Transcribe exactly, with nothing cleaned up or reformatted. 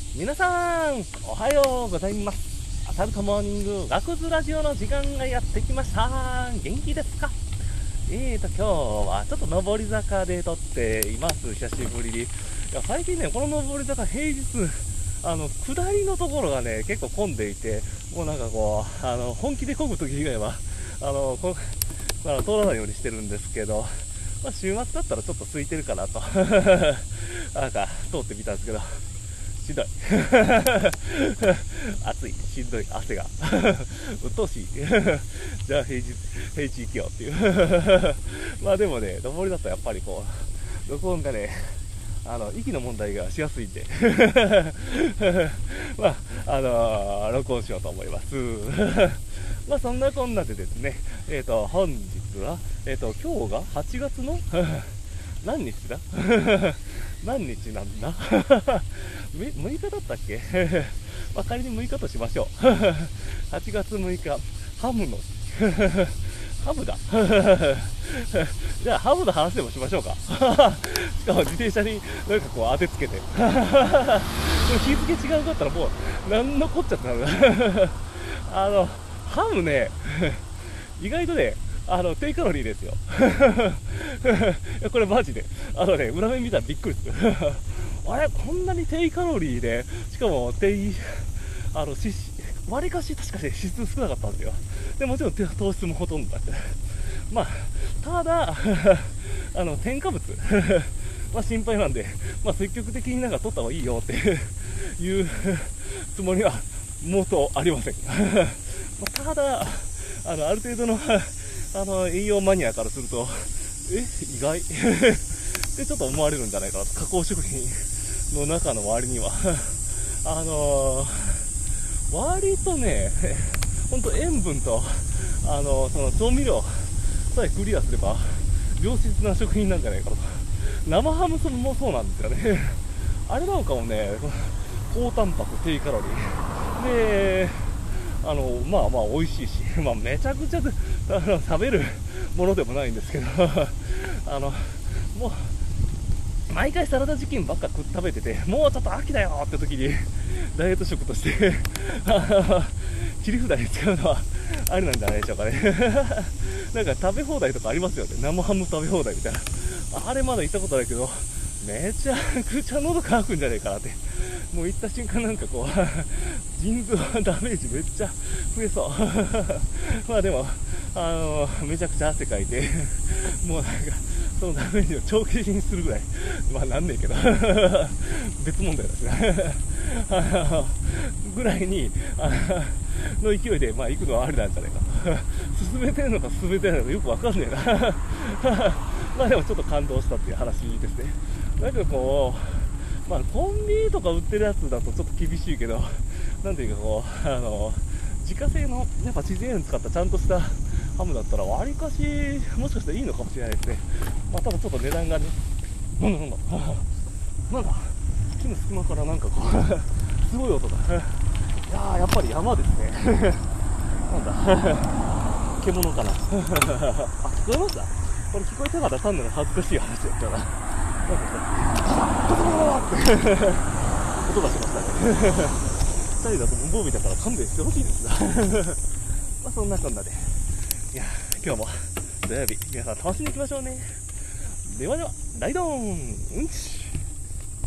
皆さん、おはようございます。アサルトモーニングガクズラジオの時間がやってきました。元気ですか？えーと、今日はちょっと上り坂で撮っています。久しぶりに。いや、最近ね、この上り坂平日、あの、下りのところがね、結構混んでいて、もうなんかこう、あの、本気で漕ぐとき以外は、あの、こあの通らないようにしてるんですけど、まあ、週末だったらちょっと空いてるかなと。なんか、通ってみたんですけど、しんどい。暑い、しんどい、汗が。鬱陶しい。じゃあ平日、平地行けよっていう。まあでもね、上りだとやっぱりこう、録音がね、あの、息の問題がしやすいんで。まあ、あのー、録音しようと思います。まあそんなこんなでですね、えっ、ー、と、本日は、えっ、ー、と、今日がはちがつの何日だ何日なんだむいかだったっけまあ仮にむいかとしましょう。はちがつむいか、ハムの日。ハムだ。じゃあハムの話でもしましょうか。しかも自転車になんかこう当てつけて。日付違うかったらもう何のこっちゃってなる。あの、ハムね、意外とね、あの、低カロリーですよ。いやこれマジで。あのね、裏面見たらびっくりする。あれこんなに低カロリーで、しかも低、あの、し、わりかし確かに脂質少なかったんですよ。で、もちろん糖質もほとんどだって。まあ、ただ、あの、添加物は心配なんで、まあ積極的になんか取った方がいいよっていうつもりは、もっとありません。まあ、ただ、あの、ある程度の、あの、栄養マニアからすると、え、意外ってちょっと思われるんじゃないかなと。加工食品の中の割には。あのー、割とね、ほんと塩分と、あのー、その調味料さえクリアすれば、良質な食品なんじゃないかなと。生ハムもそうなんですよね。あれなんかもね、高タンパク、低カロリー。で、あの、まあまあ美味しいし、まあめちゃくちゃあの食べるものでもないんですけど、あの、もう、毎回サラダチキンばっか食べてて、もうちょっと飽きだよって時に、ダイエット食として、切り札に使うのはありなんじゃないでしょうかね。なんか食べ放題とかありますよね。生ハム食べ放題みたいな。あれまだ行ったことないけど、めちゃくちゃ喉乾くんじゃないかなって。もう行った瞬間なんかこう、腎臓ダメージめっちゃ増えそう。まあでも、あのー、めちゃくちゃ汗かいて、もうなんか、そのダメージを長期的にするぐらい、まあなんねえけど、別問題だしな。ぐらいに、の勢いで、まあ行くのはありなんじゃないかと。進めてるのか進めてないのかよくわかんねえな。まあでもちょっと感動したっていう話ですね。なんかこう、まあコンビニとか売ってるやつだとちょっと厳しいけど、なんていうかこう、あの、自家製の、やっぱ自然塩使ったちゃんとしたハムだったら、わりかし、もしかしたらいいのかもしれないですね。まあただちょっと値段がね、なんだなんだ、なんだ、木の隙間からなんかこう、すごい音だ。いやー、やっぱり山ですね。なんだ、獣かな。あ、聞こえました？これ聞こえたから単なる恥ずかしい話だったな。なんかガサガサって音がしましたね。ふたりだと無防備だから勘弁してほしいですが。まあそんなこんなで。いや、今日も土曜日、皆さん楽しんでいきましょうね。ではでは、ライドーンうんち